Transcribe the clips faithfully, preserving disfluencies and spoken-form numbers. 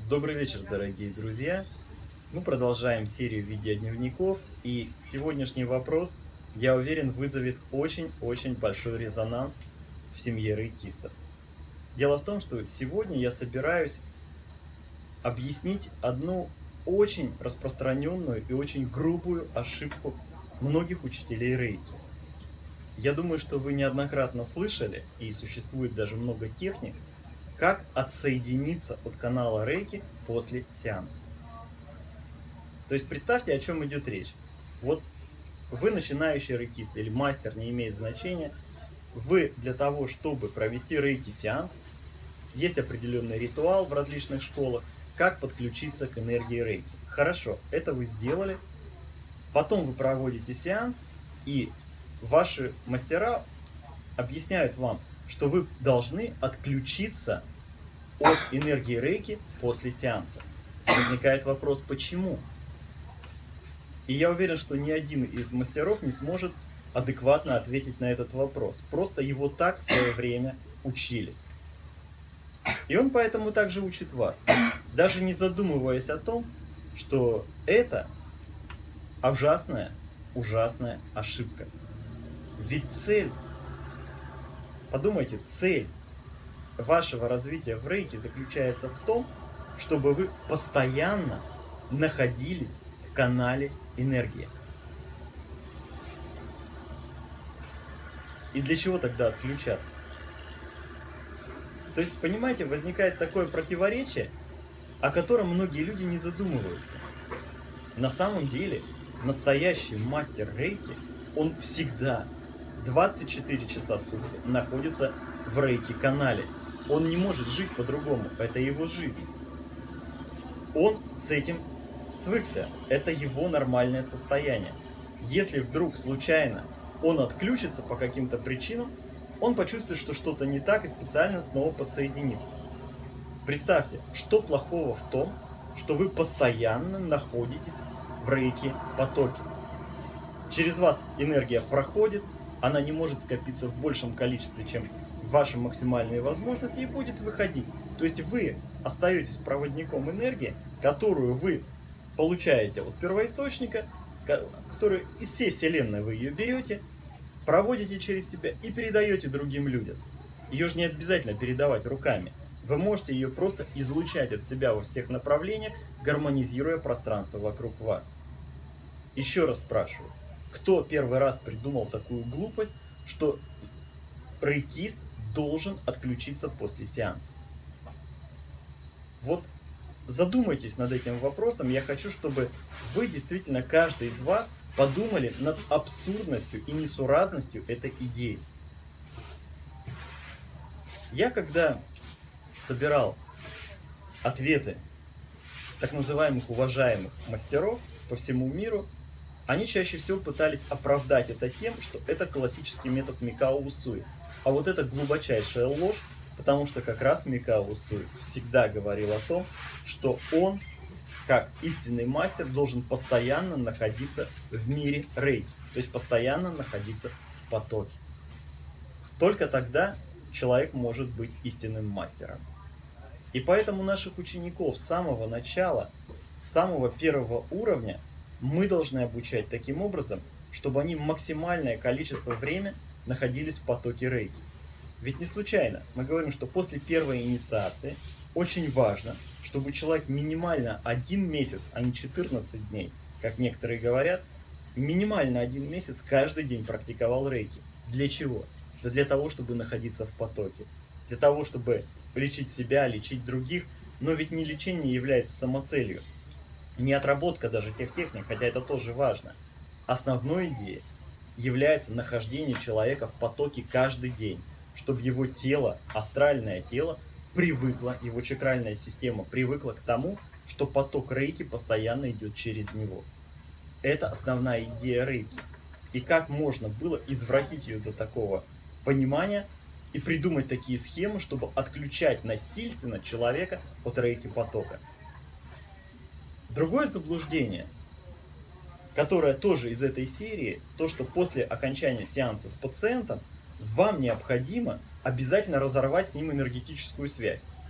Добрый вечер, дорогие друзья! Мы продолжаем серию видеодневников, и сегодняшний вопрос, я уверен, вызовет очень-очень большой резонанс в семье рейкистов. Дело в том, что сегодня я собираюсь объяснить одну очень распространенную и очень грубую ошибку многих учителей рейки. Я думаю, что вы неоднократно слышали, и существует даже много техник, как отсоединиться от канала рейки после сеанса. То есть представьте, о чем идет речь. Вот вы начинающий рейкист или мастер, не имеет значения. Вы для того, чтобы провести рейки-сеанс, есть определенный ритуал в различных школах, как подключиться к энергии рейки. Хорошо, это вы сделали. Потом вы проводите сеанс, и ваши мастера объясняют вам, что вы должны отключиться от энергии рейки после сеанса. Возникает вопрос, почему? И я уверен, что ни один из мастеров не сможет адекватно ответить на этот вопрос. Просто его так в свое время учили. И он поэтому также учит вас, даже не задумываясь о том, что это ужасная, ужасная ошибка. Ведь цель, подумайте, цель вашего развития в рейке заключается в том, чтобы вы постоянно находились в канале энергии. И для чего тогда отключаться? То есть, понимаете, возникает такое противоречие, о котором многие люди не задумываются. На самом деле, настоящий мастер рейки, он всегда двадцать четыре часа в сутки находится в рейки-канале. Он не может жить по-другому, это его жизнь. Он с этим свыкся, это его нормальное состояние. Если вдруг случайно он отключится по каким-то причинам, он почувствует, что что-то не так, и специально снова подсоединится. Представьте, что плохого в том, что вы постоянно находитесь в рейки-потоке. Через вас энергия проходит, она не может скопиться в большем количестве, чем ваши максимальные возможности, и будет выходить. То есть вы остаетесь проводником энергии, которую вы получаете от первоисточника, который из всей вселенной вы ее берете, проводите через себя и передаете другим людям. Ее же не обязательно передавать руками. Вы можете ее просто излучать от себя во всех направлениях, гармонизируя пространство вокруг вас. Еще раз спрашиваю, кто первый раз придумал такую глупость, что рейкист должен отключиться после сеанса? Вот задумайтесь над этим вопросом. Я хочу, чтобы вы действительно, каждый из вас, подумали над абсурдностью и несуразностью этой идеи. Я когда собирал ответы так называемых уважаемых мастеров по всему миру, они чаще всего пытались оправдать это тем, что это классический метод Микао Усуи. А вот это глубочайшая ложь, потому что как раз Микао Усуи всегда говорил о том, что он, как истинный мастер, должен постоянно находиться в мире рейки, то есть постоянно находиться в потоке. Только тогда человек может быть истинным мастером. И поэтому наших учеников с самого начала, с самого первого уровня, мы должны обучать таким образом, чтобы они максимальное количество времени находились в потоке рейки. Ведь не случайно мы говорим, что после первой инициации очень важно, чтобы человек минимально один месяц, а не четырнадцать дней, как некоторые говорят, минимально один месяц каждый день практиковал рейки. Для чего? Да для того, чтобы находиться в потоке. Для того, чтобы лечить себя, лечить других. Но ведь не лечение является самоцелью. Не отработка даже тех техник, хотя это тоже важно. Основной идеей является нахождение человека в потоке каждый день, чтобы его тело, астральное тело, привыкло, его чакральная система привыкла к тому, что поток рейки постоянно идет через него. Это основная идея рейки. И как можно было извратить ее до такого понимания и придумать такие схемы, чтобы отключать насильственно человека от рейки потока. Другое заблуждение, которое тоже из этой серии, то, что после окончания сеанса с пациентом вам необходимо обязательно разорвать с ним энергетическую связь.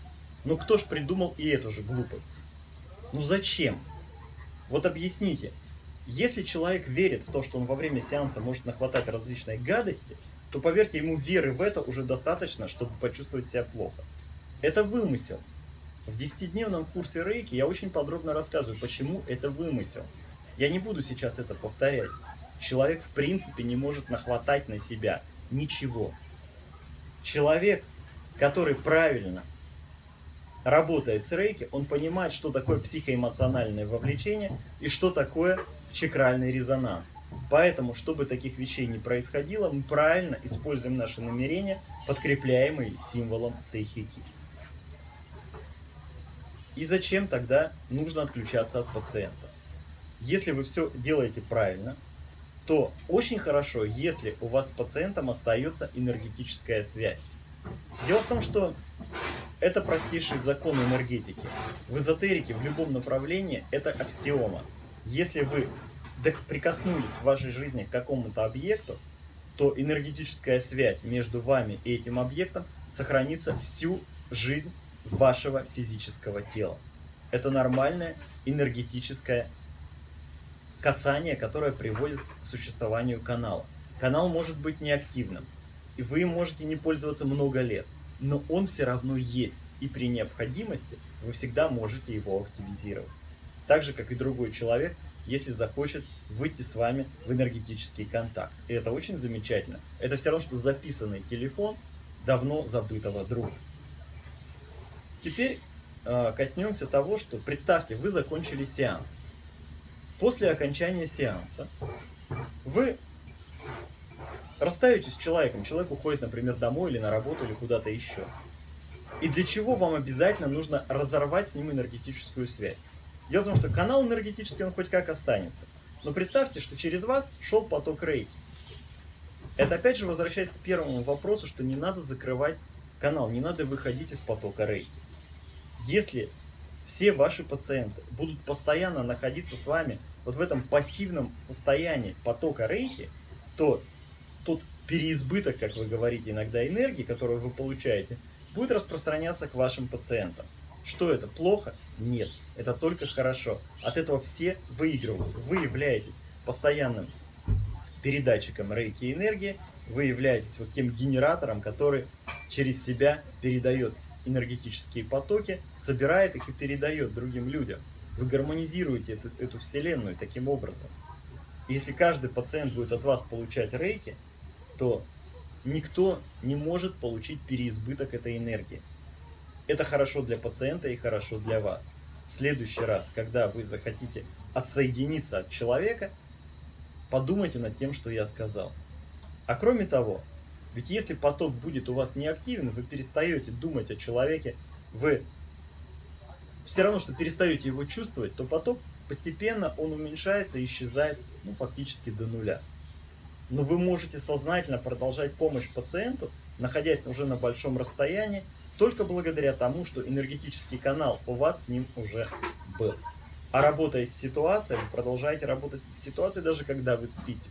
Ну кто ж придумал и эту же глупость? Ну зачем? Вот объясните. Если человек верит в то, что он во время сеанса может нахватать различной гадости, то, поверьте, ему веры в это уже достаточно, чтобы почувствовать себя плохо. Это вымысел. В десятидневном курсе рейки я очень подробно рассказываю, почему это вымысел. Я не буду сейчас это повторять. Человек в принципе не может нахватать на себя ничего. Человек, который правильно работает с рейки, он понимает, что такое психоэмоциональное вовлечение и что такое чакральный резонанс. Поэтому, чтобы таких вещей не происходило, мы правильно используем наши намерения, подкрепляемые символом Сейхики. И зачем тогда нужно отключаться от пациента? Если вы все делаете правильно, то очень хорошо, если у вас с пациентом остается энергетическая связь. Дело в том, что это простейший закон энергетики. В эзотерике, в любом направлении, это аксиома. Если вы прикоснулись в вашей жизни к какому-то объекту, то энергетическая связь между вами и этим объектом сохранится всю жизнь вашего физического тела. Это нормальное энергетическое касание, которое приводит к существованию канала. Канал может быть неактивным, и вы им можете не пользоваться много лет, но он все равно есть, и при необходимости вы всегда можете его активизировать. Так же, как и другой человек, если захочет выйти с вами в энергетический контакт. И это очень замечательно. Это все равно, что записанный телефон давно забытого друга. Теперь э, коснемся того, что, представьте, вы закончили сеанс. После окончания сеанса вы расстаетесь с человеком. Человек уходит, например, домой или на работу, или куда-то еще. И для чего вам обязательно нужно разорвать с ним энергетическую связь? Дело в том, что канал энергетический, он хоть как останется. Но представьте, что через вас шел поток рейки. Это опять же возвращаясь к первому вопросу, что не надо закрывать канал, не надо выходить из потока рейки. Если все ваши пациенты будут постоянно находиться с вами вот в этом пассивном состоянии потока рейки, то тот переизбыток, как вы говорите иногда, энергии, которую вы получаете, будет распространяться к вашим пациентам. Что это? Плохо? Нет. Это только хорошо. От этого все выигрывают. Вы являетесь постоянным передатчиком рейки энергии, вы являетесь вот тем генератором, который через себя передает энергетические потоки, собирает их и передает другим людям. Вы гармонизируете эту, эту вселенную таким образом. Если каждый пациент будет от вас получать рейки, то никто не может получить переизбыток этой энергии. Это хорошо для пациента и хорошо для вас. В следующий раз, когда вы захотите отсоединиться от человека, подумайте над тем, что я сказал. А кроме того, ведь если поток будет у вас неактивен, вы перестаете думать о человеке, вы все равно, что перестаете его чувствовать, то поток постепенно он уменьшается и исчезает, ну, фактически до нуля. Но вы можете сознательно продолжать помощь пациенту, находясь уже на большом расстоянии, только благодаря тому, что энергетический канал у вас с ним уже был. А работая с ситуацией, вы продолжаете работать с ситуацией, даже когда вы спите.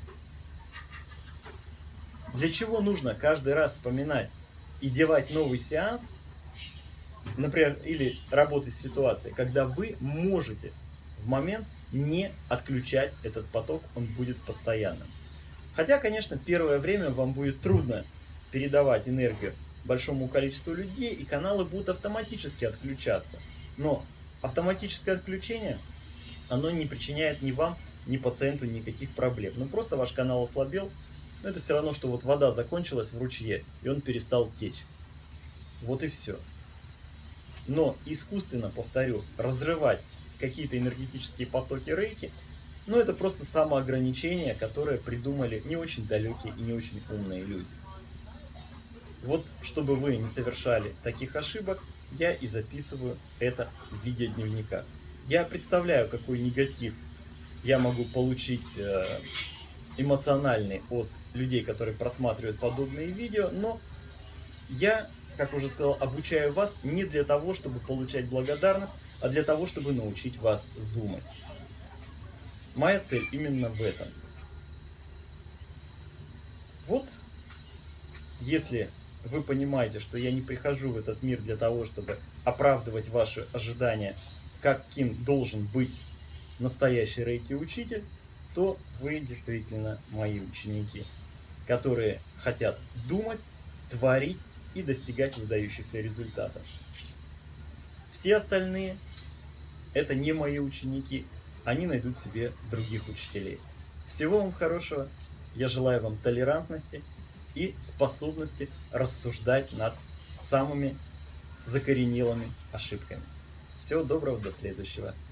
Для чего нужно каждый раз вспоминать и делать новый сеанс, например, или работать с ситуацией, когда вы можете в момент не отключать этот поток, он будет постоянным. Хотя, конечно, первое время вам будет трудно передавать энергию большому количеству людей, и каналы будут автоматически отключаться. Но автоматическое отключение, оно не причиняет ни вам, ни пациенту никаких проблем. Ну просто ваш канал ослабел, но это все равно, что вот вода закончилась в ручье, и он перестал течь. Вот и все. Но искусственно, повторю, разрывать какие-то энергетические потоки рейки, ну это просто самоограничение, которое придумали не очень далекие и не очень умные люди. Вот, чтобы вы не совершали таких ошибок, я и записываю это в видеодневниках. Я представляю, какой негатив я могу получить эмоциональный от людей, которые просматривают подобные видео, но я, как уже сказал, обучаю вас не для того, чтобы получать благодарность, а для того, чтобы научить вас думать. Моя цель именно в этом. Вот, если вы понимаете, что я не прихожу в этот мир для того, чтобы оправдывать ваши ожидания, каким должен быть настоящий рейки-учитель, то вы действительно мои ученики, которые хотят думать, творить и достигать выдающихся результатов. Все остальные – это не мои ученики, они найдут себе других учителей. Всего вам хорошего, я желаю вам толерантности и способности рассуждать над самыми закоренелыми ошибками. Всего доброго, до следующего.